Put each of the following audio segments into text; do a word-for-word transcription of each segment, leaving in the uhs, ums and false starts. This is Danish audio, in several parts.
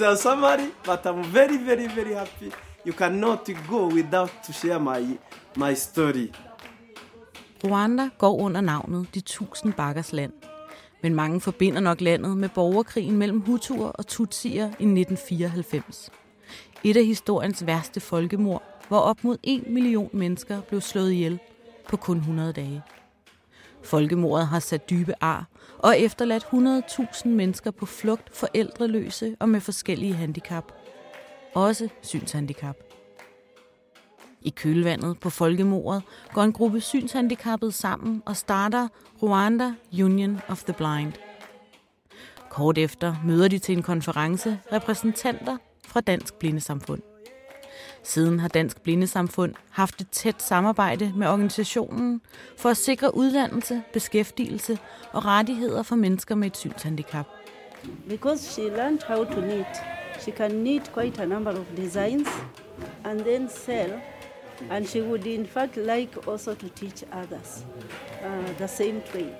a summary, but I'm very, very, very happy. You cannot go without to share my, my story. Rwanda går under navnet De Tusind Bakkers Land. Men mange forbinder nok landet med borgerkrigen mellem Hutuer og Tutsier i nitten fireoghalvfems. Et af historiens værste folkemord, hvor op mod en million mennesker blev slået ihjel på kun hundrede dage. Folkemordet har sat dybe ar og efterladt hundrede tusind mennesker på flugt, forældreløse og med forskellige handicap. Også synshandicap. I kølvandet på folkemordet går en gruppe synshandicappede sammen og starter Rwanda Union of the Blind. Kort efter møder de til en konference repræsentanter fra Dansk Blindesamfund. Siden har Dansk Blindesamfund haft et tæt samarbejde med organisationen for at sikre uddannelse, beskæftigelse og rettigheder for mennesker med et synshandicap. Because she learned how to knit, she can knit quite a number of designs and then sell. And she would in fact like also to teach others uh, the same trade.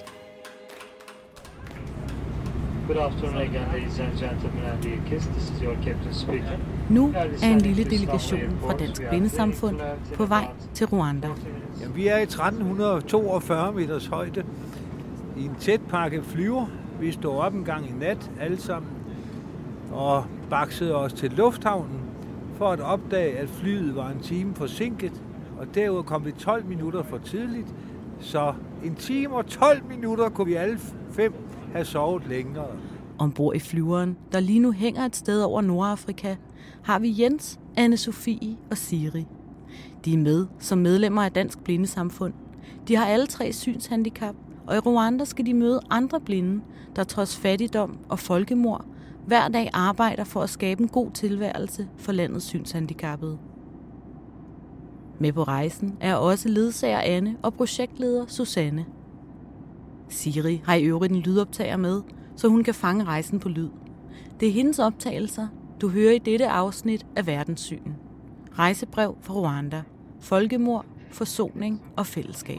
Good afternoon again, ladies and gentlemen, and dear kids. This is your captain speaking. Nu er en lille delegation fra Dansk Blindesamfund på vej til Rwanda. Ja, vi er i tretten toogfyrre meters højde i en tæt pakke flyver. Vi stod op en gang i nat alle sammen og baksede os til lufthavnen for at opdage, at flyet var en time forsinket, og derudover kom vi tolv minutter for tidligt, så en time og tolv minutter kunne vi alle fem have sovet længere. Ombord i flyveren, der lige nu hænger et sted over Nordafrika, har vi Jens, Anne-Sophie og Siri. De er med som medlemmer af Dansk Blindesamfund. De har alle tre synshandicap, og i Rwanda skal de møde andre blinde, der trods fattigdom og folkemord hver dag arbejder for at skabe en god tilværelse for landets synshandicappede. Med på rejsen er også ledsager Anne og projektleder Susanne. Siri har i øvrigt en lydoptager med, så hun kan fange rejsen på lyd. Det er hendes optagelser, du hører i dette afsnit af Verdenssyn. Rejsebrev fra Rwanda. Folkemord, forsoning og fællesskab.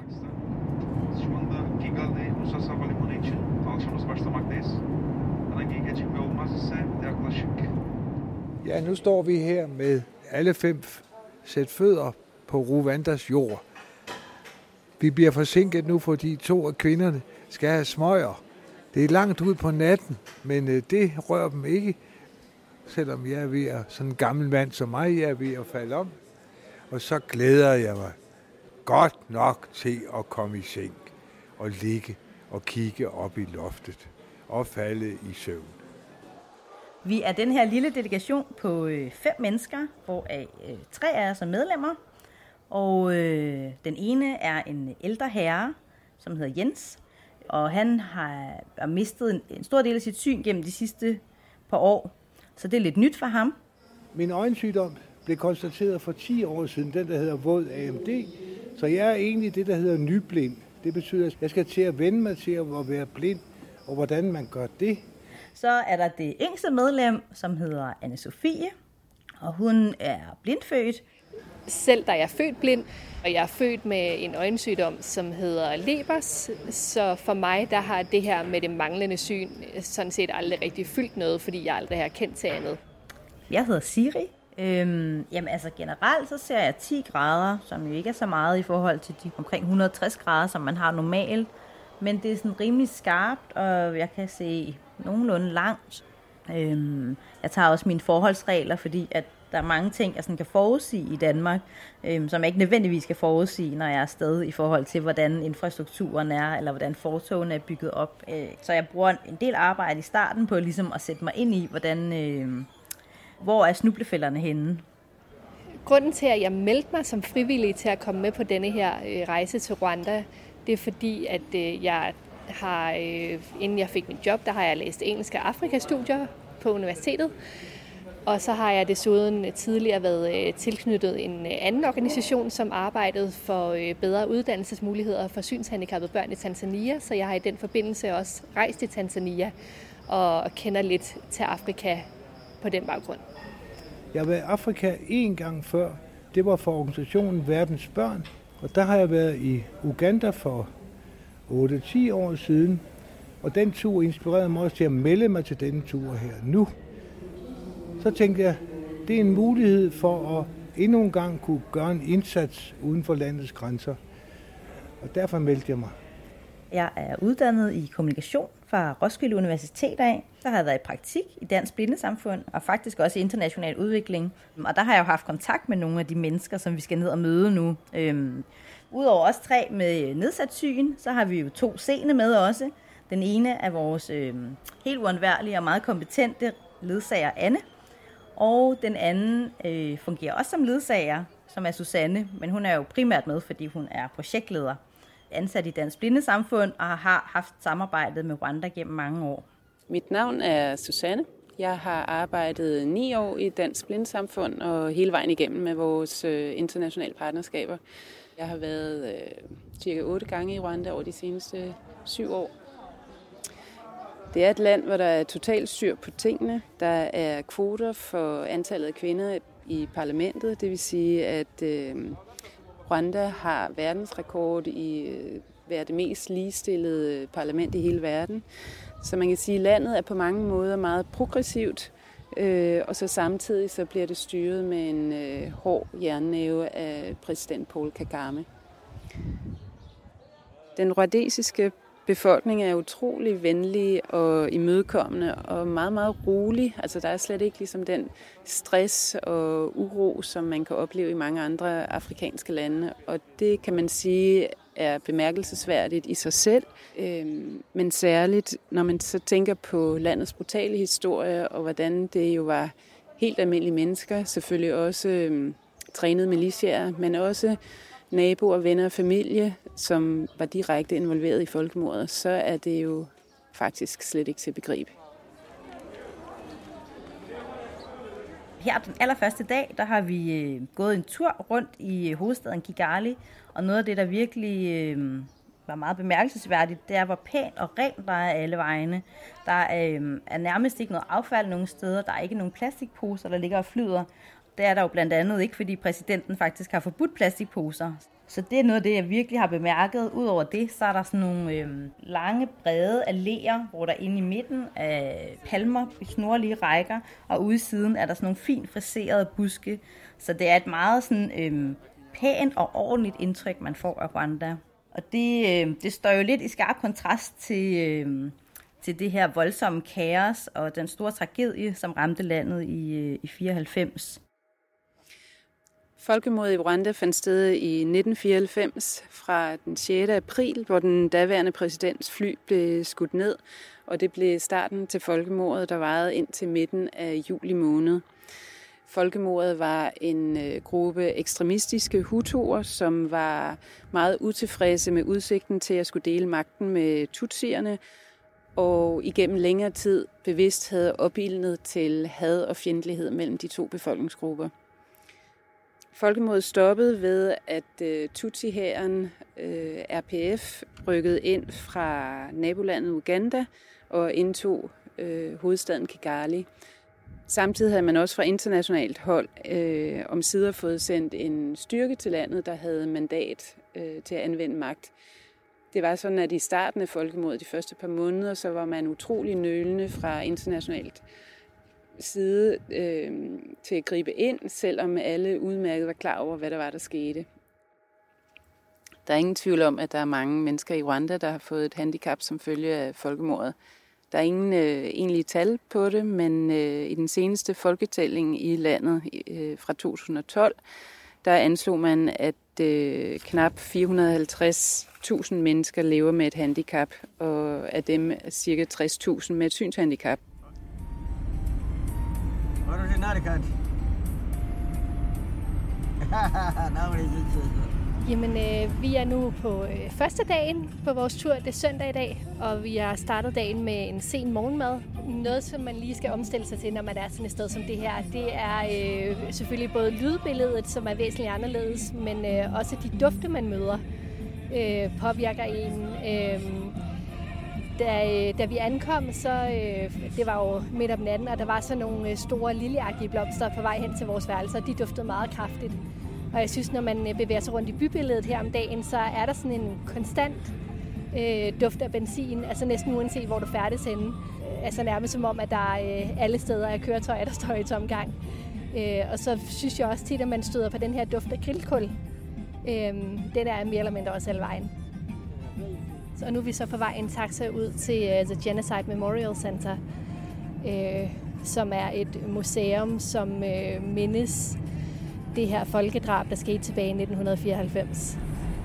Ja, nu står vi her med alle fem sæt fødder på Rwandas jord. Vi bliver forsinket nu, fordi to af kvinderne skal have smøger. Det er langt ud på natten, men det rører dem ikke, selvom jeg er ved at, sådan en gammel mand som mig, jeg er ved at falde om. Og så glæder jeg mig godt nok til at komme i seng og ligge og kigge op i loftet og falde i søvn. Vi er den her lille delegation på øh, fem mennesker, hvoraf øh, tre af os er medlemmer. Og øh, den ene er en ældre herre, som hedder Jens. Og han har, har mistet en, en stor del af sit syn gennem de sidste par år. Så det er lidt nyt for ham. Min øjensygdom blev konstateret for ti år siden, den der hedder våd A M D. Så jeg er egentlig det, der hedder nyblind. Det betyder, at jeg skal til at vende mig til at være blind, og hvordan man gør det. Så er der det yngste medlem, som hedder Anne-Sophie, og hun er blindfødt. Selv da jeg er født blind, og jeg er født med en øjensygdom, som hedder Lebers, så for mig der har det her med det manglende syn sådan set aldrig rigtig fyldt noget, fordi jeg aldrig har kendt til andet. Jeg hedder Siri. Øhm, jamen altså generelt så ser jeg ti grader, som jo ikke er så meget i forhold til de omkring et hundrede og tres grader, som man har normalt. Men det er sådan rimelig skarpt, og jeg kan se nogenlunde langt. Øhm, jeg tager også mine forholdsregler, fordi at der er mange ting, jeg sådan kan forudsige i Danmark, øhm, som jeg ikke nødvendigvis kan forudsige, når jeg er afsted i forhold til, hvordan infrastrukturen er, eller hvordan fortogene er bygget op. Øh, så jeg bruger en del arbejde i starten på ligesom at sætte mig ind i, hvordan, øh, hvor er snublefælderne henne. Grunden til, at jeg meldte mig som frivillig til at komme med på denne her øh, rejse til Rwanda, det er fordi, at øh, jeg har, øh, inden jeg fik mit job, der har jeg læst engelske Afrika-studier på universitetet. Og så har jeg desuden tidligere været øh, tilknyttet en øh, anden organisation, som arbejdede for øh, bedre uddannelsesmuligheder for synshandicappede børn i Tanzania. Så jeg har i den forbindelse også rejst i Tanzania og kender lidt til Afrika på den baggrund. Jeg har været i Afrika en gang før. Det var for organisationen Verdens Børn. Og der har jeg været i Uganda for otte til ti år siden. Og den tur inspirerede mig også til at melde mig til denne tur her nu. Så tænkte jeg, det er en mulighed for at endnu en gang kunne gøre en indsats uden for landets grænser. Og derfor meldte jeg mig. Jeg er uddannet i kommunikation fra Roskilde Universitet af. Der har jeg været i praktik i Dansk Blindesamfund og faktisk også i international udvikling. Og der har jeg jo haft kontakt med nogle af de mennesker, som vi skal ned og møde nu. Øhm, Udover os tre med nedsat syn, så har vi jo to seende med også. Den ene er vores øhm, helt uundværlige og meget kompetente ledsager Anne. Og den anden øh, fungerer også som ledsager, som er Susanne, men hun er jo primært med, fordi hun er projektleder, ansat i Dansk Blindesamfund og har haft samarbejdet med Rwanda gennem mange år. Mit navn er Susanne. Jeg har arbejdet ni år i Dansk Blindesamfund og hele vejen igennem med vores øh, internationale partnerskaber. Jeg har været øh, cirka otte gange i Rwanda over de seneste syv år. Det er et land, hvor der er totalt styr på tingene. Der er kvoter for antallet af kvinder i parlamentet. Det vil sige, at øh, Rwanda har verdensrekord i at være det mest ligestillede parlament i hele verden. Så man kan sige, at landet er på mange måder meget progressivt. Øh, og så samtidig så bliver det styret med en øh, hård jernnæve af præsident Paul Kagame. Den rwandesiske befolkning er utrolig venlig og imødekommende og meget, meget rolig. Altså der er slet ikke ligesom den stress og uro, som man kan opleve i mange andre afrikanske lande. Og det kan man sige er bemærkelsesværdigt i sig selv. Øhm, men særligt, når man så tænker på landets brutale historie og hvordan det jo var helt almindelige mennesker, selvfølgelig også øhm, trænede militiaer, men også naboer, venner og familie, som var direkte involveret i folkemordet, så er det jo faktisk slet ikke til at begribe. Her den allerførste dag, der har vi øh, gået en tur rundt i øh, hovedstaden Kigali, og noget af det, der virkelig øh, var meget bemærkelsesværdigt, det er, hvor pænt og rent der er alle vegne. Der øh, er nærmest ikke noget affald nogen steder, der er ikke nogen plastikposer, der ligger og flyder. Det er der jo blandt andet ikke, fordi præsidenten faktisk har forbudt plastikposer. Så det er noget af det, jeg virkelig har bemærket. Udover det, så er der sådan nogle øh, lange, brede alléer, hvor der inde i midten er palmer i snorlige rækker, og ude i siden er der sådan nogle fint friserede buske. Så det er et meget sådan, øh, pænt og ordentligt indtryk, man får af Rwanda. Og det, øh, det står jo lidt i skarp kontrast til, øh, til det her voldsomme kaos og den store tragedie, som ramte landet i, øh, i fireoghalvfems. Folkemordet i Rwanda fandt sted i nitten fireoghalvfems fra den sjette april, hvor den daværende præsidents fly blev skudt ned, og det blev starten til folkemordet, der varede ind til midten af juli måned. Folkemordet var en gruppe ekstremistiske hutuer, som var meget utilfredse med udsigten til at skulle dele magten med tutsierne, og igennem længere tid bevidst havde opildnet til had og fjendtlighed mellem de to befolkningsgrupper. Folkemordet stoppede ved, at uh, Tutsi-hæren, uh, R P F, rykkede ind fra nabolandet Uganda og indtog uh, hovedstaden Kigali. Samtidig havde man også fra internationalt hold uh, omsider fået sendt en styrke til landet, der havde mandat uh, til at anvende magt. Det var sådan, at i starten af folkemordet, de første par måneder, så var man utrolig nølende fra internationalt side øh, til at gribe ind, selvom alle udmærket var klar over, hvad der var, der skete. Der er ingen tvivl om, at der er mange mennesker i Rwanda, der har fået et handicap som følge af folkemordet. Der er ingen øh, egentlige tal på det, men øh, i den seneste folketælling i landet øh, fra to tusind og tolv, der anslog man, at øh, knap fire hundrede og halvtreds tusind mennesker lever med et handicap, og af dem er ca. tres tusind med et synshandicap. Jamen, øh, vi er nu på øh, første dagen på vores tur. Det er søndag i dag, og vi har startet dagen med en sen morgenmad. Noget, som man lige skal omstille sig til, når man er sådan et sted som det her, det er øh, selvfølgelig både lydbilledet, som er væsentligt anderledes, men øh, også de dufte, man møder, øh, påvirker en. Øh, Da, da vi ankom, så øh, det var jo midt om natten, og der var så nogle øh, store liljeagtige blomster på vej hen til vores værelser. De duftede meget kraftigt. Og jeg synes, når man bevæger sig rundt i bybilledet her om dagen, så er der sådan en konstant øh, duft af benzin, altså næsten uanset hvor du færdes henne. altså nærmest som om, at der øh, alle steder er køretøjer, der står i tomgang. Øh, og så synes jeg også tit, at man støder på den her duft af grillkul. Øh, den er mere eller mindre også alle vejen. Så nu er vi så på vej en taxa ud til uh, The Genocide Memorial Center, øh, som er et museum, som øh, mindes det her folkedrab, der skete tilbage i nitten fireoghalvfems.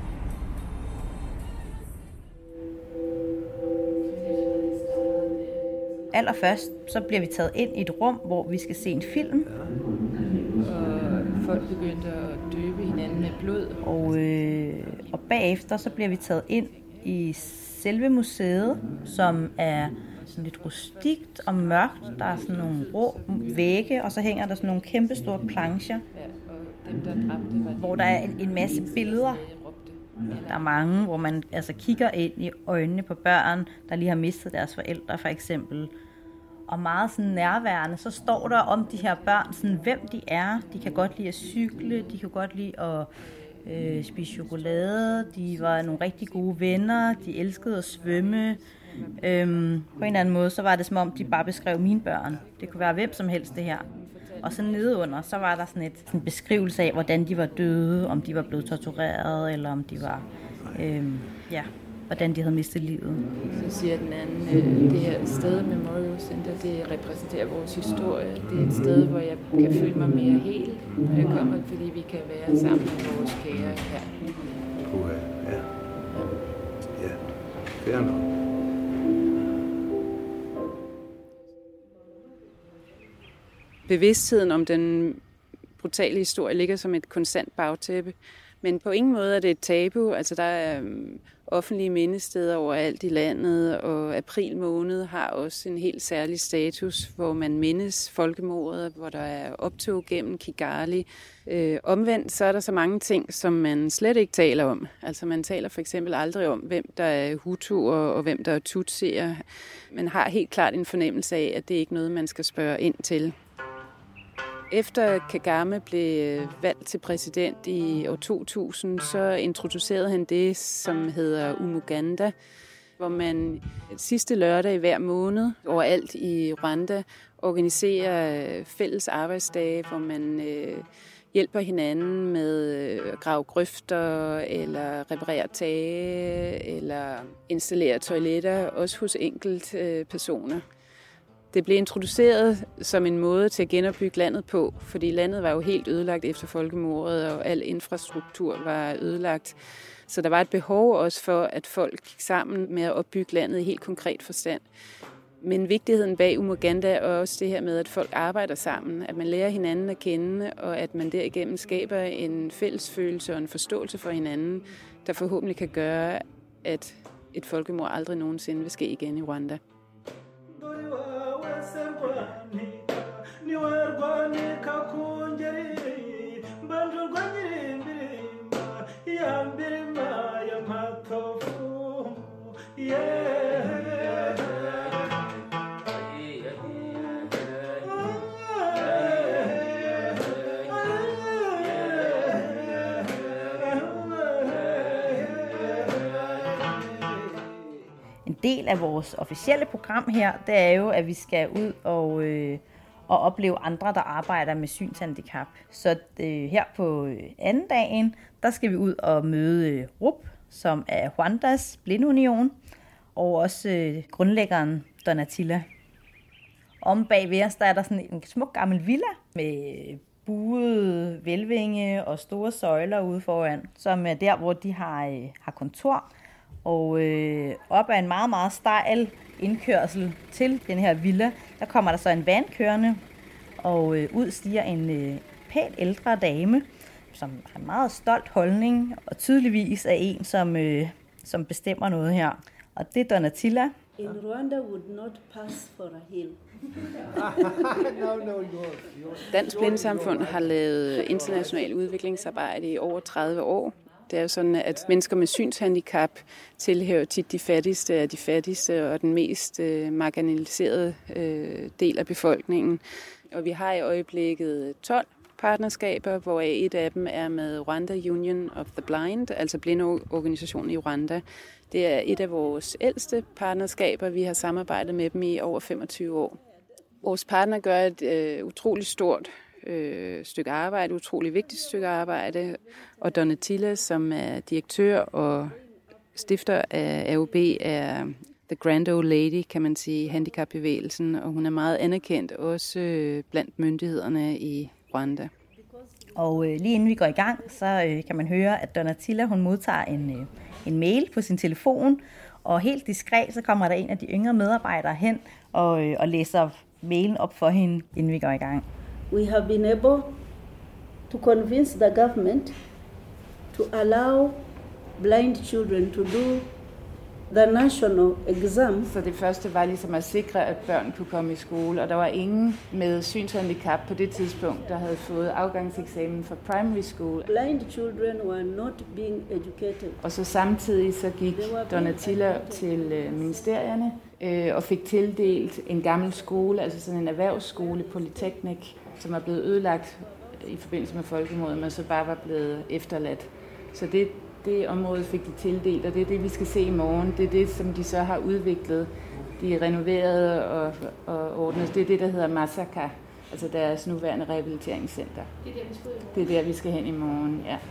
Allerførst så bliver vi taget ind i et rum, hvor vi skal se en film. Og folk begyndte at døbe hinanden med blod. Og, øh, og bagefter så bliver vi taget ind i selve museet, som er sådan lidt rustikt og mørkt. Der er sådan nogle rå vægge, og så hænger der sådan nogle kæmpe store plancher, hvor der er en, en masse billeder. Der er mange, hvor man altså kigger ind i øjnene på børn, der lige har mistet deres forældre for eksempel. Og meget sådan nærværende, så står der om de her børn, sådan, hvem de er. De kan godt lide at cykle, de kan godt lide at øh, spise chokolade, de var nogle rigtig gode venner, de elskede at svømme. Øhm, på en eller anden måde, så var det som om, de bare beskrev mine børn. Det kunne være hvem som helst det her. Og så nedenunder, så var der sådan et sådan en beskrivelse af, hvordan de var døde, om de var blevet tortureret, eller om de var, øhm, ja, hvordan de havde mistet livet. Så siger den anden, øh, det her sted, Memorial Center, det repræsenterer vores historie. Det er et sted, hvor jeg kan føle mig mere hel, når jeg kommer, fordi vi kan være sammen med vores kære her. Puha, ja. Ja, fair nok. Bevidstheden om den brutale historie ligger som et konstant bagtæppe. Men på ingen måde er det et tabu. Altså, der er offentlige mindesteder overalt i landet, og april måned har også en helt særlig status, hvor man mindes folkemordet, hvor der er optog gennem Kigali. Øh, omvendt så er der så mange ting, som man slet ikke taler om. Altså man taler for eksempel aldrig om, hvem der er Hutuer og hvem der er Tutsier. Man har helt klart en fornemmelse af, at det ikke er noget, man skal spørge ind til. Efter Kagame blev valgt til præsident i år to tusind, så introducerede han det, som hedder Umuganda, hvor man sidste lørdag i hver måned overalt i Rwanda organiserer fælles arbejdsdage, hvor man hjælper hinanden med at grave grøfter, eller reparere tage, eller installere toiletter, også hos enkelte personer. Det blev introduceret som en måde til at genopbygge landet på, fordi landet var jo helt ødelagt efter folkemordet, og al infrastruktur var ødelagt. Så der var et behov også for, at folk gik sammen med at opbygge landet i helt konkret forstand. Men vigtigheden bag Umuganda er også det her med, at folk arbejder sammen, at man lærer hinanden at kende, og at man derigennem skaber en fællesfølelse og en forståelse for hinanden, der forhåbentlig kan gøre, at et folkemord aldrig nogensinde vil ske igen i Rwanda. En del af vores officielle program her, det er jo, at vi skal ud og, øh, og opleve andre, der arbejder med synshandicap. Så øh, her på anden dagen, der skal vi ud og møde øh, R U P, som er Rwandas Blindeunion, og også øh, grundlæggeren Donatilla. Om bagved os, der er der sådan en smuk gammel villa med buede velvinge og store søjler ude foran, som er der, hvor de har, øh, har kontor. Og øh, op ad en meget, meget stejl indkørsel til den her villa, der kommer der så en van kørende, og øh, ud stiger en øh, pæn ældre dame, som har en meget stolt holdning, og tydeligvis er en, som, øh, som bestemmer noget her. Og det er Donatilla. In Rwanda would not pass for a hill. Dansk Blindesamfund har lavet international udviklingsarbejde i over tredive år. Det er jo sådan, at mennesker med synshandicap tilhører tit de fattigste af de fattigste og den mest øh, marginaliserede øh, del af befolkningen. Og vi har i øjeblikket tolv partnerskaber, hvor et af dem er med Rwanda Union of the Blind, altså blindeorganisationen i Rwanda. Det er et af vores ældste partnerskaber. Vi har samarbejdet med dem i over femogtyve år. Vores partner gør et øh, utroligt stort øh, stykke arbejde, utroligt vigtigt stykke arbejde. Og Donatilla, som er direktør og stifter af A O B, er the grand old lady, kan man sige, handicapbevægelsen. Og hun er meget anerkendt også øh, blandt myndighederne i Rwanda. Og øh, lige inden vi går i gang, så øh, kan man høre, at Donatilla hun modtager en, øh, en mail på sin telefon. Og helt diskret, så kommer der en af de yngre medarbejdere hen og, øh, og læser mailen op for hende, inden vi går i gang. We have been able to convince the government to allow blind children to do the national exam. Så det første var ligesom at sikre, at børn kunne komme i skole, og der var ingen med synshandicap på det tidspunkt, der havde fået afgangseksamen for primary school. Blind children were not being educated. Og så samtidig så gik Donatilla til ministerierne øh, og fik tildelt en gammel skole, altså sådan en erhvervsskole, Polyteknik, som er blevet ødelagt i forbindelse med folkemordet, men så bare var blevet efterladt. Så det Det område fik de tildelt, og det er det, vi skal se i morgen. Det er det, som de så har udviklet. De er renoveret og, og ordnet. Det er det, der hedder Masaka, altså deres nuværende rehabiliteringscenter. Det er der, vi skal, det er der, vi skal hen i morgen, ja.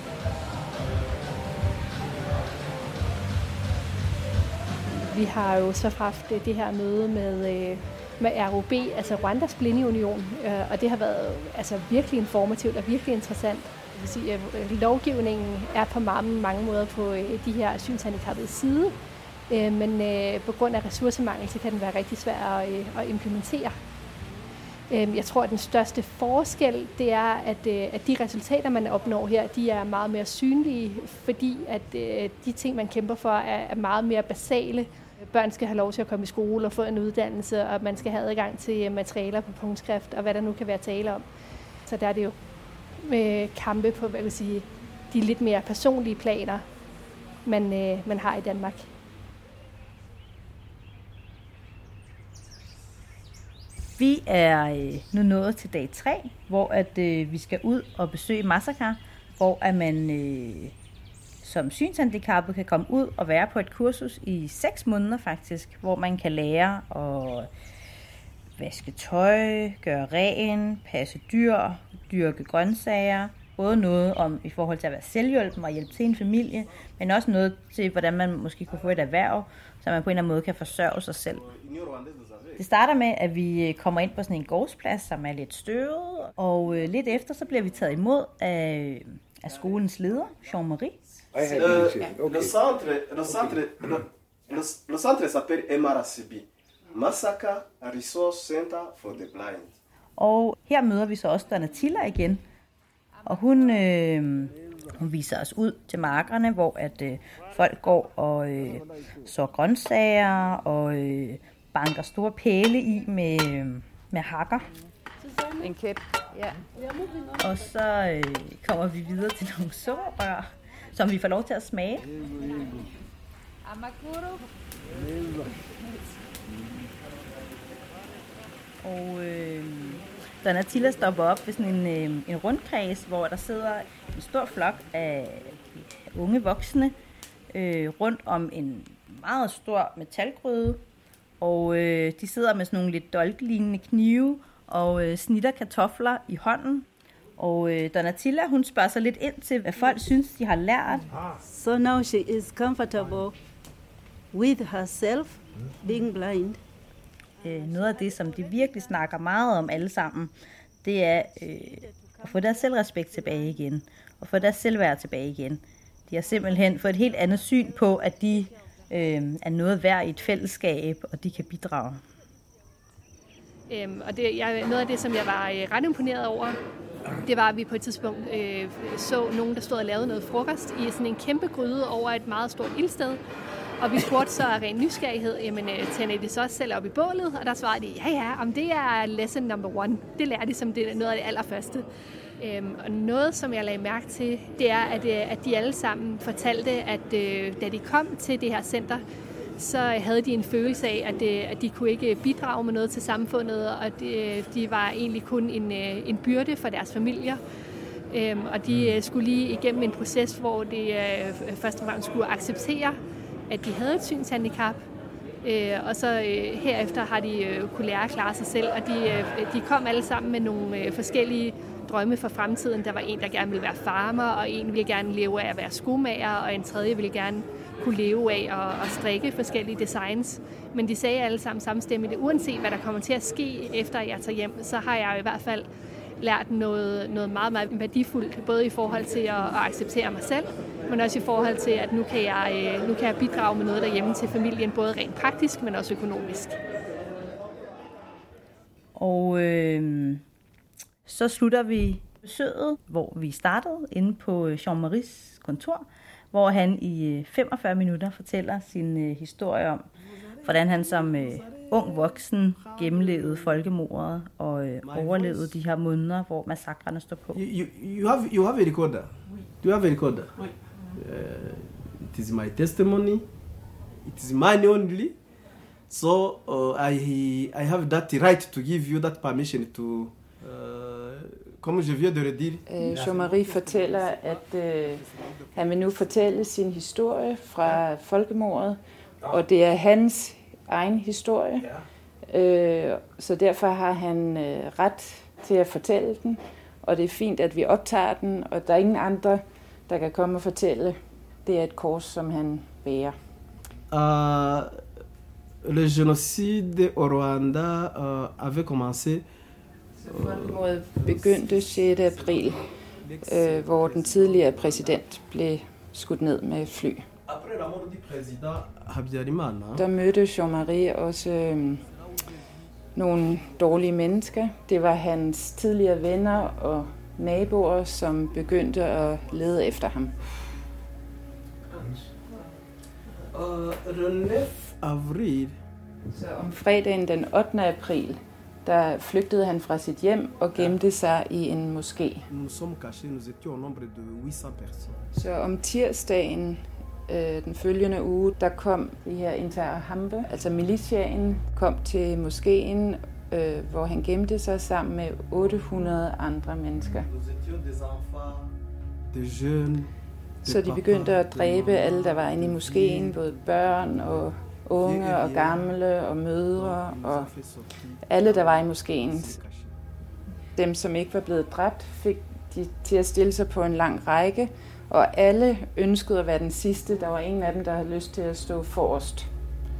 Vi har jo så haft det her møde med, med R O B, altså Rwandas Blindeunion, og det har været altså, virkelig informativt og virkelig interessant. Jeg vil sige, at lovgivningen er på mange, mange måder på de her synshandicappede side, men på grund af ressourcemangel, så kan den være rigtig svær at, at implementere. Jeg tror, at den største forskel, det er, at, at de resultater, man opnår her, de er meget mere synlige, fordi at de ting, man kæmper for, er meget mere basale. Børn skal have lov til at komme i skole og få en uddannelse, og man skal have adgang til materialer på punktskrift, og hvad der nu kan være tale om. Så der er det jo med kampe på, hvad jeg vil sige, de lidt mere personlige planer, man, øh, man har i Danmark. Vi er øh, nu nået til dag tre, hvor at, øh, vi skal ud og besøge Masaka, hvor at man øh, som synshandicappet kan komme ud og være på et kursus i seks måneder faktisk, hvor man kan lære at vaske tøj, gøre ren, passe dyr, dyrke grøntsager. Både noget om i forhold til at være selvhjælpen og hjælpe til en familie, men også noget til, hvordan man måske kunne få et erhverv, så man på en eller anden måde kan forsørge sig selv. Det starter med, at vi kommer ind på sådan en gårdsplads, som er lidt støvet, og lidt efter så bliver vi taget imod af, af skolens leder, Jean-Marie. Le centre, le centre, le centre s'appelle M R C B. Masaka Resource Center for the Blind. Og her møder vi så også Donatilla igen. Og hun, øh, hun viser os ud til markerne, hvor at øh, folk går og øh, så grøntsager og øh, banker store pæle i med, øh, med hakker. En kæp, ja. Og så øh, kommer vi videre til nogle sukkerrør, som vi får lov til at smage. Amakuru. Og øh, Donatilla stopper op ved sådan en, øh, en rundkreds, hvor der sidder en stor flok af unge voksne øh, rundt om en meget stor metalgryde. Og øh, de sidder med sådan nogle lidt dolklignende knive og øh, snitter kartofler i hånden. Og øh, Donatilla, hun spørger sig lidt ind til, hvad folk synes, de har lært. So now she is comfortable with herself being blind. Noget af det, som de virkelig snakker meget om alle sammen, det er øh, at få deres selvrespekt tilbage igen, og få deres selvværd tilbage igen. De har simpelthen fået et helt andet syn på, at de øh, er noget værd i et fællesskab, og de kan bidrage. Øhm, og det, jeg, noget af det, som jeg var øh, ret imponeret over, det var, at vi på et tidspunkt øh, så nogen, der stod og lavede noget frokost i sådan en kæmpe gryde over et meget stort ildsted. Og vi spurgte så af ren nysgerrighed, jamen tænder I det så også selv op i bålet? Og der svarede de, ja ja, om det er lesson number one. Det lærer de som det, noget af det allerførste. Øhm, og noget, som jeg lagde mærke til, det er, at, at de alle sammen fortalte, at øh, da de kom til det her center, så havde de en følelse af, at, at de kunne ikke bidrage med noget til samfundet, og at de var egentlig kun en, en byrde for deres familier. Og de skulle lige igennem en proces, hvor de først og fremmest skulle acceptere, at de havde et synshandicap, og så herefter har de kunne lære at klare sig selv, og de, de kom alle sammen med nogle forskellige drømme for fremtiden. Der var en, der gerne ville være farmer, og en ville gerne leve af at være skomager, og en tredje ville gerne kunne leve af at, at strikke forskellige designs. Men de sagde alle sammen samstemmigt, at uanset hvad der kommer til at ske, efter jeg tager hjem, så har jeg i hvert fald lært noget, noget meget, meget værdifuldt, både i forhold til at, at acceptere mig selv, men også i forhold til, at nu kan, jeg, nu kan jeg bidrage med noget derhjemme til familien, både rent praktisk, men også økonomisk. Og øh, så slutter vi besøget, hvor vi startede inde på Jean-Maries kontor, hvor han i femogfyrre minutter fortæller sin øh, historie om, hvordan han som øh, ung voksen gennemlevede folkemordet og øh, overlevede de her måneder, hvor massakrene står på. You, you, you, have, you have a recorder. Do you have a recorder? Uh, it is my testimony. It is mine only. So uh, I, I have that right to give you that permission to... Uh, Comme je viens de le dire. Øh, Jean-Marie fortæller, at øh, han vil nu fortælle sin historie fra folkemordet, og det er hans egen historie. Øh, så derfor har han øh, ret til at fortælle den, og det er fint, at vi optager den, og der er ingen andre, der kan komme og fortælle. Det er et kors, som han bærer. Uh, le génocide au Rwanda uh, avait commencé. Folkemordet begyndte sjette april, øh, hvor den tidligere præsident blev skudt ned med fly. Der mødte Jean-Marie også øh, nogle dårlige mennesker. Det var hans tidligere venner og naboer, som begyndte at lede efter ham. Så om fredagen den ottende april, der flygtede han fra sit hjem og gemte sig i en moské. Så om tirsdagen øh, den følgende uge, der kom de her Interahamwe, altså militiaen, kom til moskéen, øh, hvor han gemte sig sammen med otte hundrede andre mennesker. Så de begyndte at dræbe alle, der var inde i moskéen, både børn og unge og gamle og mødre og alle, der var i moskéen. Dem, som ikke var blevet dræbt, fik de til at stille sig på en lang række, og alle ønskede at være den sidste. Der var ingen af dem, der havde lyst til at stå forrest.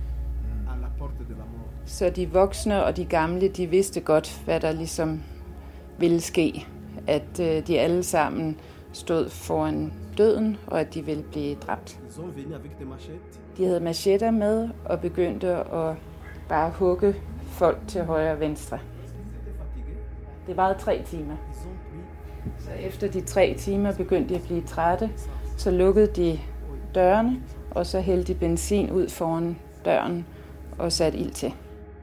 Så de voksne og de gamle, de vidste godt, hvad der ligesom ville ske. At øh, de alle sammen stod foran døden, og at de ville blive dræbt. De havde machetter med og begyndte at bare hugge folk til højre og venstre. Det varede tre timer. Så efter de tre timer begyndte de at blive trætte, så lukkede de dørene, og så hældte de benzin ud foran døren og satte ild til.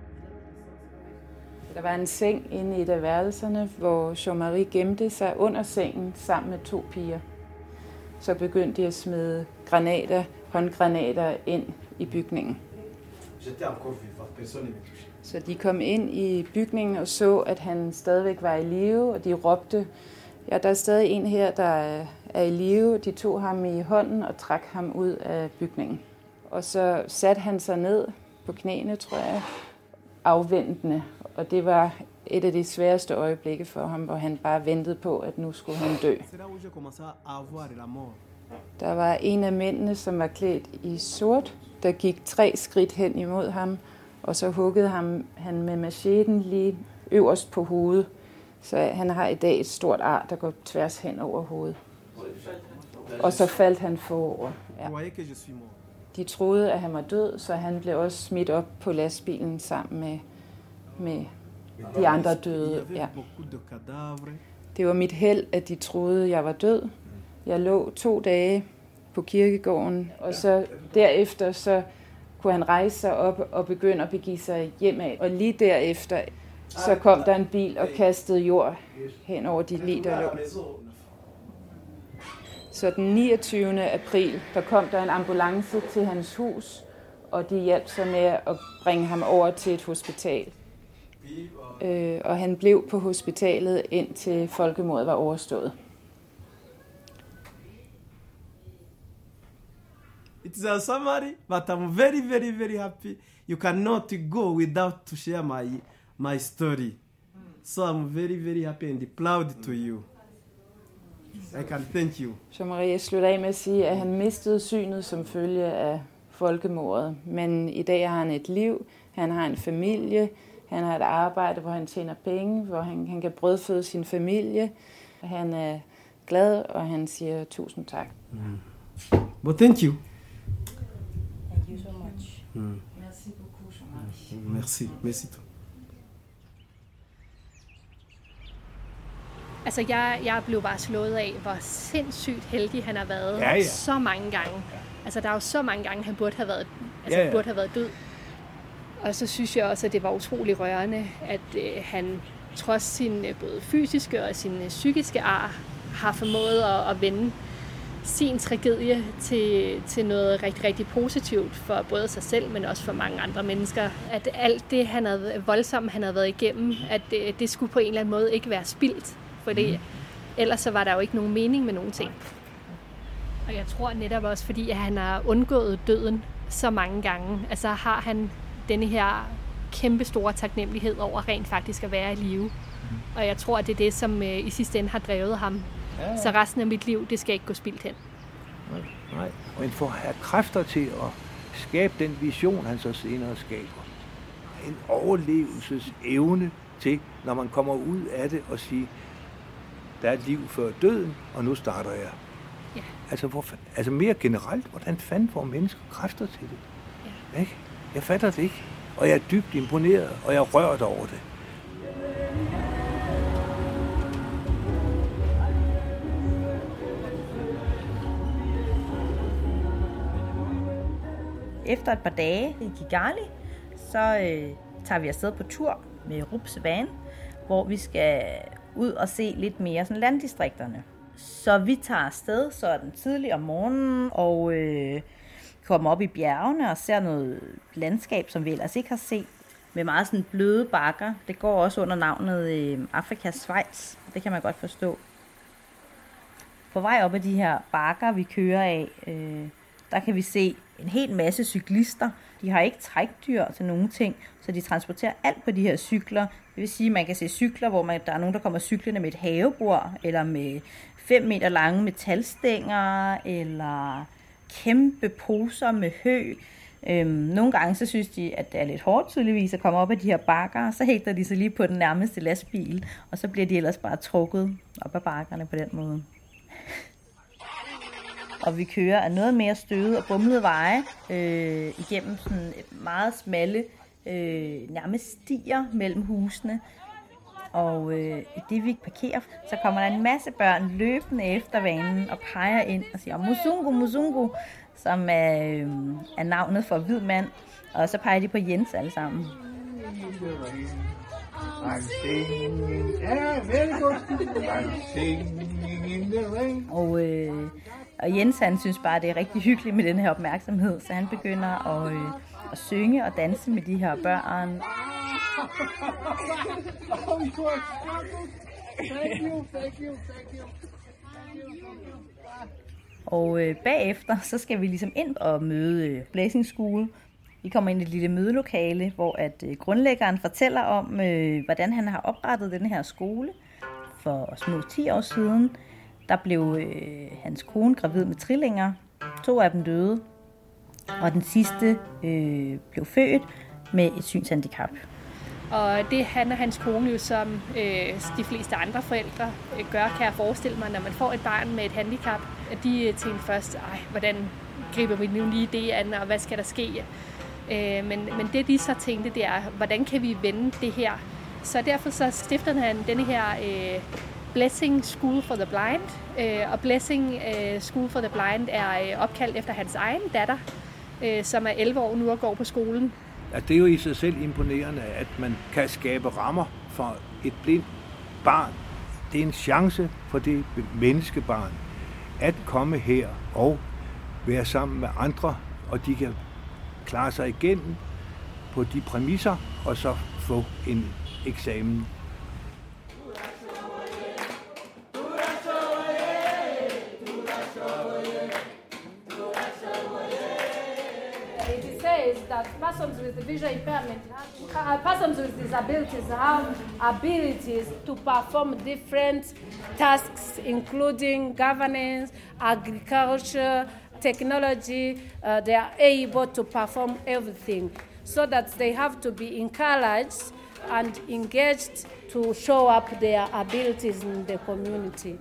Der var en seng inde i et af værelserne, hvor Jean-Marie gemte sig under sengen sammen med to piger. Så begyndte de at smide granater, håndgranater ind i bygningen. Så de kom ind i bygningen og så, at han stadigvæk var i live, og de råbte, ja, der er stadig en her, der er i live. De tog ham i hånden og trak ham ud af bygningen. Og så satte han sig ned på knæene, tror jeg, afventende. Og det var et af de sværeste øjeblikke for ham, hvor han bare ventede på, at nu skulle han dø. Der var en af mændene, som var klædt i sort, der gik tre skridt hen imod ham, og så huggede ham, han med macheten lige øverst på hovedet. Så han har i dag et stort ar, der går tværs hen over hovedet. Og så faldt han forover. Ja. De troede, at han var død, så han blev også smidt op på lastbilen sammen med, med de andre døde. Ja. Det var mit held, at de troede, jeg var død. Jeg lå to dage på kirkegården, og så derefter så kunne han rejse sig op og begynde at begive sig hjemad. Og lige derefter så kom der en bil og kastede jord hen over de lig, der lå. Så den niogtyvende april, der kom der en ambulance til hans hus, og de hjalp så med at bringe ham over til et hospital. Øh, og han blev på hospitalet, indtil folkemordet var overstået. It's a summary, but I'm very, very, very happy. You cannot go without to share my my story. So I'm very, very happy and proud to you. I can thank you. Så Maria slutter af med at sige, at han mistede synet som følge af folkemordet. Men i dag har han et liv, han har en familie, han har et arbejde, hvor han tjener penge, hvor han, han kan brødføde sin familie. Han er glad, og han siger tusind tak. Mm. Well, thank you. Thank you so much. Mm. Merci beaucoup so much. Mm. Merci, merci. Altså, jeg, jeg blev bare slået af, hvor sindssygt heldig han har været ja, ja. så mange gange. Ja. Altså, der er jo så mange gange, han burde have været, altså, ja, ja. burde have været død. Og så synes jeg også, at det var utrolig rørende, at øh, han trods sin øh, både fysiske og sin øh, psykiske ar har formået at, at vende sin tragedie til, til noget rigtig, rigtig positivt for både sig selv, men også for mange andre mennesker. At alt det, han havde, voldsomt han havde været igennem, at det, det skulle på en eller anden måde ikke være spildt. Fordi mm. ellers så var der jo ikke nogen mening med nogen ting. Og jeg tror netop også, fordi at han har undgået døden så mange gange, altså har han denne her kæmpe store taknemmelighed over rent faktisk at være i live. Mm. Og jeg tror, at det er det, som i sidste ende har drevet ham. Ja, ja. Så resten af mit liv, det skal ikke gå spildt hen. Nej, nej. Men for at have kræfter til at skabe den vision, han så senere skaber. En overlevelsesevne til, når man kommer ud af det og siger, der er et liv før døden, og nu starter jeg. Ja. Altså, hvor, altså mere generelt, hvordan fanden får mennesker kræfter til det? Ja. Ikke? Jeg fatter det ikke, og jeg er dybt imponeret, og jeg er rørt over det. Efter et par dage i Kigali, så øh, tager vi afsted på tur med Rups van, hvor vi skal ud og se lidt mere sådan landdistrikterne. Så vi tager afsted, så er den tidlig om morgenen, og øh, kommer op i bjergene og ser noget landskab, som vi ellers ikke har set, med meget sådan bløde bakker. Det går også under navnet øh, Afrikas Schweiz, det kan man godt forstå. På vej op ad de her bakker, vi kører af, øh, der kan vi se en hel masse cyklister. De har ikke trækdyr til nogen ting, så de transporterer alt på de her cykler. Det vil sige, at man kan se cykler, hvor man, der er nogen, der kommer cyklerne med et havebord, eller med fem meter lange metalstænger, eller kæmpe poser med hø. Øhm, nogle gange så synes de, at det er lidt hårdt tydeligvis at komme op ad de her bakker, så hægter de sig lige på den nærmeste lastbil, og så bliver de ellers bare trukket op ad bakkerne på den måde. Og vi kører af noget mere støde og bumlede veje øh, igennem sådan meget smalle øh, nærmest stier mellem husene. Og øh, i det vi parkerer, så kommer der en masse børn løbende efter vanen og peger ind og siger Musungu, Musungu, som er, øh, er navnet for hvid mand. Og så peger de på Jens alle sammen. Og, øh, og Jens han synes bare, det er rigtig hyggeligt med den her opmærksomhed, så han begynder at, øh, at synge og danse med de her børn. Og øh, bagefter, så skal vi ligesom ind og møde øh, Blessing School. Vi kommer ind i et lille mødelokale, hvor at øh, grundlæggeren fortæller om, øh, hvordan han har oprettet den her skole. For små ti år siden, der blev øh, hans kone gravid med trillinger. To af dem døde, og den sidste øh, blev født med et synshandicap. Og det han og hans kone jo, som øh, de fleste andre forældre øh, gør, kan jeg forestille mig, når man får et barn med et handicap, at de øh, tænker først, ej, hvordan griber vi nu lige det an, og hvad skal der ske? Øh, men, men det de så tænkte, det er, hvordan kan vi vende det her? Så derfor så stiftede han denne her øh, Blessing School for the Blind, øh, og Blessing øh, School for the Blind er øh, opkaldt efter hans egen datter, øh, som er elleve år nu og går på skolen. Ja, det er jo i sig selv imponerende, at man kan skabe rammer for et blindt barn. Det er en chance for det menneskebarn at komme her og være sammen med andre, og de kan klare sig igennem på de præmisser, og så få en eksamen. That persons with visual impairment, uh, persons with disabilities have abilities to perform different tasks, including governance, agriculture, technology. Uh, they are able to perform everything, so that they have to be encouraged and engaged to show up their abilities in the community.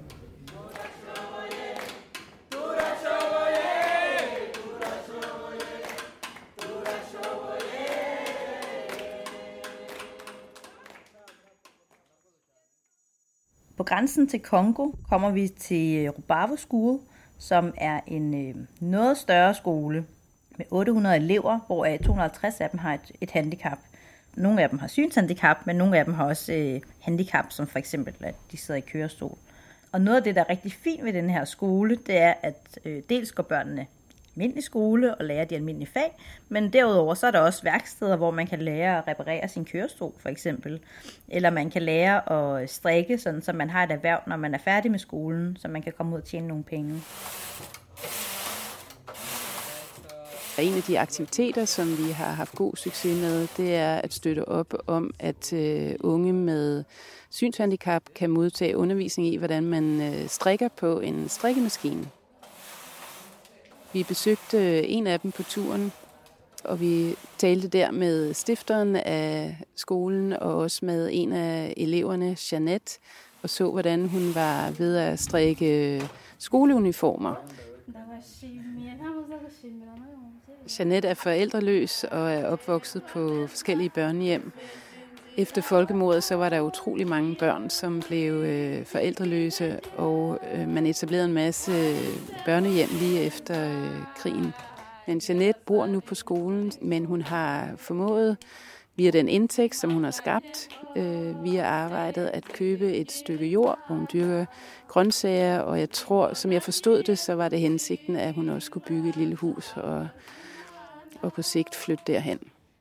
På grænsen til Congo kommer vi til Rubavu School, som er en øh, noget større skole med otte hundrede elever, hvoraf to hundrede og halvtreds af dem har et, et handicap. Nogle af dem har synshandicap, men nogle af dem har også øh, handicap, som for eksempel, at de sidder i kørestol. Og noget af det, der er rigtig fint ved den her skole, det er, at øh, dels går børnene almindelig skole og lærer de almindelige fag, men derudover så er der også værksteder, hvor man kan lære at reparere sin kørestol for eksempel, eller man kan lære at strikke, sådan, så man har et erhverv, når man er færdig med skolen, så man kan komme ud og tjene nogle penge. En af de aktiviteter, som vi har haft god succes med, det er at støtte op om, at øh, unge med synshandicap kan modtage undervisning i, hvordan man øh, strikker på en strikkemaskine. Vi besøgte en af dem på turen, og vi talte der med stifteren af skolen og også med en af eleverne, Jeanette, og så, hvordan hun var ved at strikke skoleuniformer. Jeanette er forældreløs og er opvokset på forskellige børnehjem. Efter folkemordet så var der utrolig mange børn, som blev øh, forældreløse, og øh, man etablerede en masse øh, børnehjem lige efter øh, krigen. Men Jeanette bor nu på skolen, men hun har formået via den indtægt, som hun har skabt, øh, via arbejdet, at købe et stykke jord, hvor hun dyrker grøntsager, og jeg tror, som jeg forstod det, så var det hensigten, at hun også skulle bygge et lille hus og, og på sigt flytte derhen.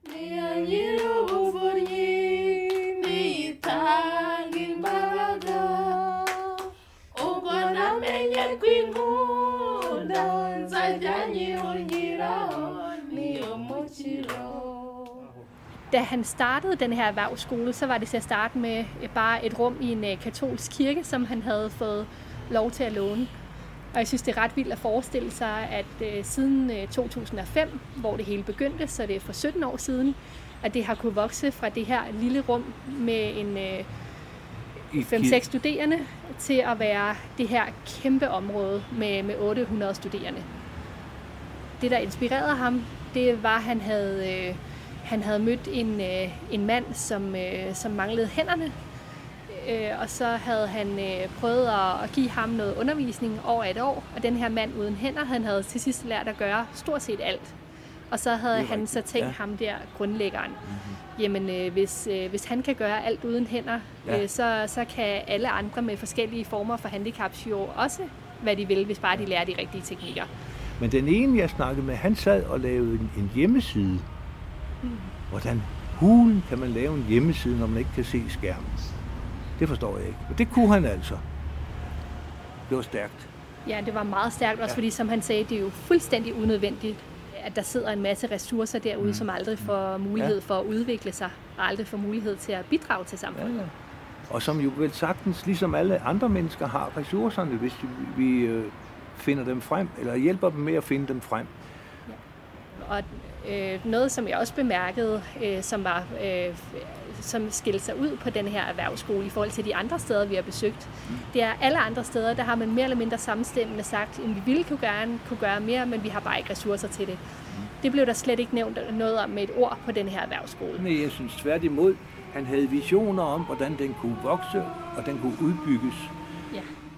Da han startede den her erhvervsskole, så var det til at starte med bare et rum i en katolsk kirke, som han havde fået lov til at låne. Og jeg synes, det er ret vildt at forestille sig, at uh, siden uh, to tusind og fem, hvor det hele begyndte, så det er for sytten år siden, at det har kunne vokse fra det her lille rum med en uh, fem seks studerende til at være det her kæmpe område med, med otte hundrede studerende. Det, der inspirerede ham, det var, at han havde, uh, han havde mødt en, uh, en mand, som, uh, som manglede hænderne. Og så havde han prøvet at give ham noget undervisning over et år, og den her mand uden hænder, han havde til sidst lært at gøre stort set alt. Og så havde han så tænkt ja. ham der, grundlæggeren, mm-hmm. jamen hvis, hvis han kan gøre alt uden hænder, ja. så, så kan alle andre med forskellige former for handicaps jo også, hvad de vil, hvis bare de lærer de rigtige teknikker. Men den ene, jeg snakkede med, han sad og lavede en, en hjemmeside. Mm. Hvordan hulen kan man lave en hjemmeside, når man ikke kan se skærmen? Det forstår jeg ikke. Og det kunne han altså. Det var stærkt. Ja, det var meget stærkt, også ja. fordi, som han sagde, det er jo fuldstændig unødvendigt, at der sidder en masse ressourcer derude, mm. som aldrig får mulighed ja. for at udvikle sig, og aldrig får mulighed til at bidrage til samfundet. Ja, ja. Og som jo vel sagtens, ligesom alle andre mennesker, har ressourcerne, hvis vi øh, finder dem frem, eller hjælper dem med at finde dem frem. Ja. Og øh, noget, som jeg også bemærkede, øh, som var... Øh, som skilte sig ud på den her erhvervsskole i forhold til de andre steder, vi har besøgt. Mm. Det er alle andre steder, der har man mere eller mindre samstemmende sagt, at vi ville kunne gøre, kunne gøre mere, men vi har bare ikke ressourcer til det. Mm. Det blev der slet ikke nævnt noget om med et ord på den her erhvervsskole. Nej, jeg synes tværtimod, han havde visioner om, hvordan den kunne vokse, og den kunne udbygges. Ja.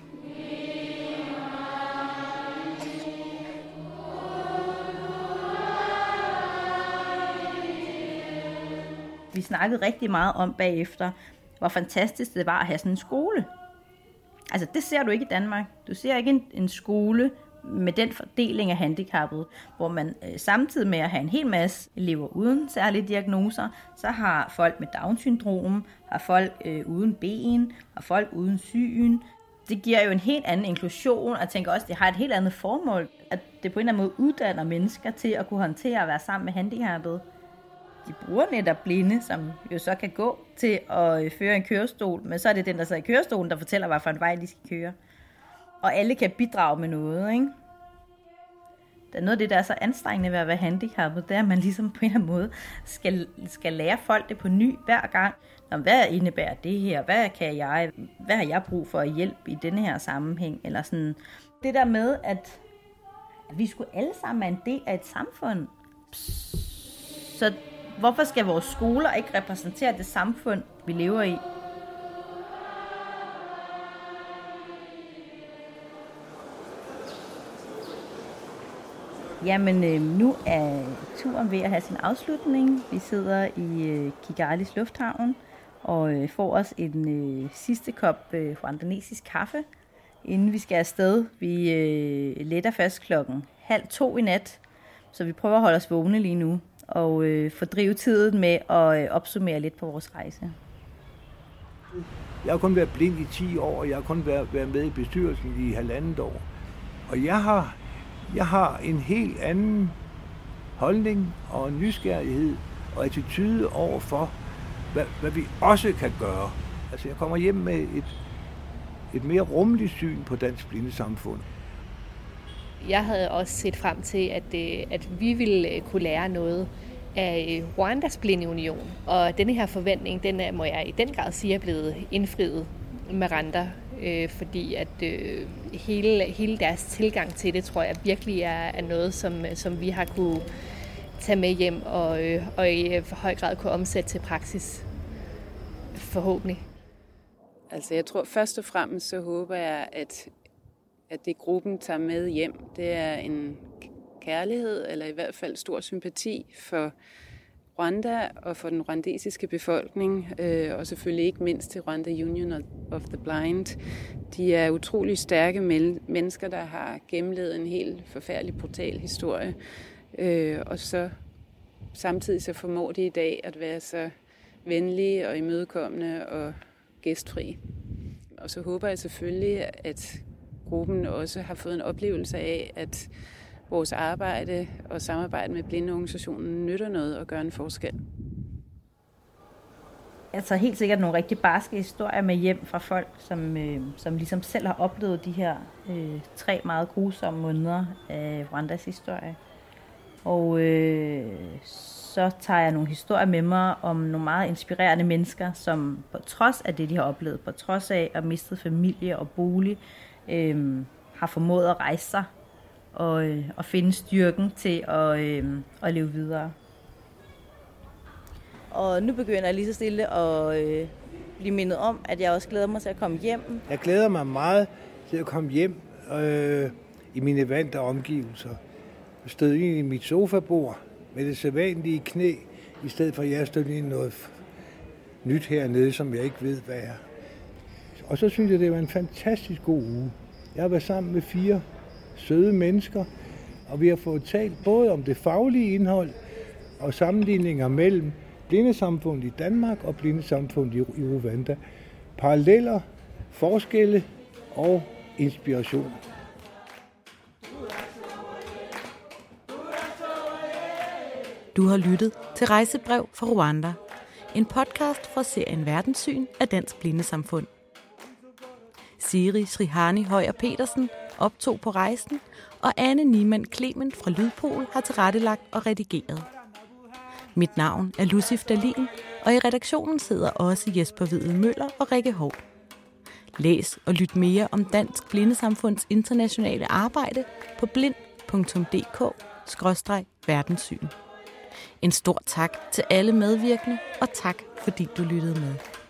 Vi snakkede rigtig meget om bagefter, hvor fantastisk det var at have sådan en skole. Altså, det ser du ikke i Danmark. Du ser ikke en, en skole med den fordeling af handicappet, hvor man øh, samtidig med at have en hel masse elever uden særlige diagnoser, så har folk med Down-syndrom, har folk øh, uden ben, har folk uden syn. Det giver jo en helt anden inklusion, og jeg tænker også, det har et helt andet formål, at det på en eller anden måde uddanner mennesker til at kunne håndtere at være sammen med handicappet. De bruger netop blinde, som jo så kan gå til at føre en kørestol, men så er det den, der sidder i kørestolen, der fortæller, hvad for en vej de skal køre. Og alle kan bidrage med noget, ikke? Der er noget af det, der er så anstrengende ved at være handicappet, det er, at man ligesom på en eller anden måde skal, skal lære folk det på ny hver gang. Nå, hvad indebærer det her? Hvad kan jeg? Hvad har jeg brug for at hjælpe i denne her sammenhæng? Eller sådan. Det der med, at, at vi skulle alle sammen være en del af et samfund. Så hvorfor skal vores skoler ikke repræsentere det samfund, vi lever i? Jamen, øh, nu er turen ved at have sin afslutning. Vi sidder i øh, Kigalis lufthavn og øh, får os en øh, sidste kop øh, rwandanesisk kaffe, inden vi skal afsted. Vi øh, letter først klokken halv to i nat, så vi prøver at holde os vågne lige nu og øh, fordrive tiden med at øh, opsummere lidt på vores rejse. Jeg har kun været blind i ti år, og jeg har kun været, været med i bestyrelsen i halvandet år. Og jeg har, jeg har en helt anden holdning og nysgerrighed og attitude over for, hvad, hvad vi også kan gøre. Altså jeg kommer hjem med et, et mere rummeligt syn på dansk blindesamfund. Jeg havde også set frem til, at, at vi ville kunne lære noget af Rwandas Blindeunion. Og denne her forventning, den er, må jeg i den grad sige, er blevet indfriet med Rwanda. Øh, fordi at øh, hele, hele deres tilgang til det, tror jeg virkelig er, er noget, som, som vi har kunne tage med hjem og, øh, og i høj grad kunne omsætte til praksis. Forhåbentlig. Altså jeg tror først og fremmest, så håber jeg, at, at det gruppen tager med hjem, det er en kærlighed, eller i hvert fald stor sympati for Rwanda og for den rwandesiske befolkning, øh, og selvfølgelig ikke mindst til Rwanda Union of the Blind. De er utrolig stærke mennesker, der har gennemlevet en helt forfærdelig, brutal historie, øh, og så samtidig så formår de i dag at være så venlige og imødekommende og gæstfri. Og så håber jeg selvfølgelig, at gruppen også har fået en oplevelse af, at vores arbejde og samarbejde med blindeorganisationen nytter noget og gør en forskel. Altså helt sikkert nogle rigtig barske historier med hjem fra folk, som, øh, som ligesom selv har oplevet de her øh, tre meget grusomme måneder af Rwandas historie. Og øh, så tager jeg nogle historier med mig om nogle meget inspirerende mennesker, som på trods af det, de har oplevet, på trods af at mistet familie og bolig, øh, har formået at rejse sig og, øh, og finde styrken til at, øh, at leve videre. Og nu begynder jeg lige så stille at øh, blive mindet om, at jeg også glæder mig til at komme hjem. Jeg glæder mig meget til at komme hjem øh, i mine vante omgivelser. Jeg stod ind i mit sofabord med det sædvanlige knæ, i stedet for at jeg stod ind i noget nyt hernede, som jeg ikke ved, hvad er. Og så synes jeg, det var en fantastisk god uge. Jeg har været sammen med fire søde mennesker, og vi har fået talt både om det faglige indhold og sammenligninger mellem blindesamfundet i Danmark og blindesamfundet i Rwanda. Paralleller, forskelle og inspiration. Du har lyttet til Rejsebrev fra Rwanda, en podcast fra serien Verdenssyn af Dansk Blindesamfund. Siri Srihani Højer Petersen optog på rejsen, og Anne Niemann Clement fra Lydpol har tilrettelagt og redigeret. Mit navn er Lucif Dahlin, og i redaktionen sidder også Jesper Hvidel Møller og Rikke Hov. Læs og lyt mere om Dansk Blindesamfunds internationale arbejde på blind punktum d k skråstreg verdenssyn. En stor tak til alle medvirkende, og tak fordi du lyttede med.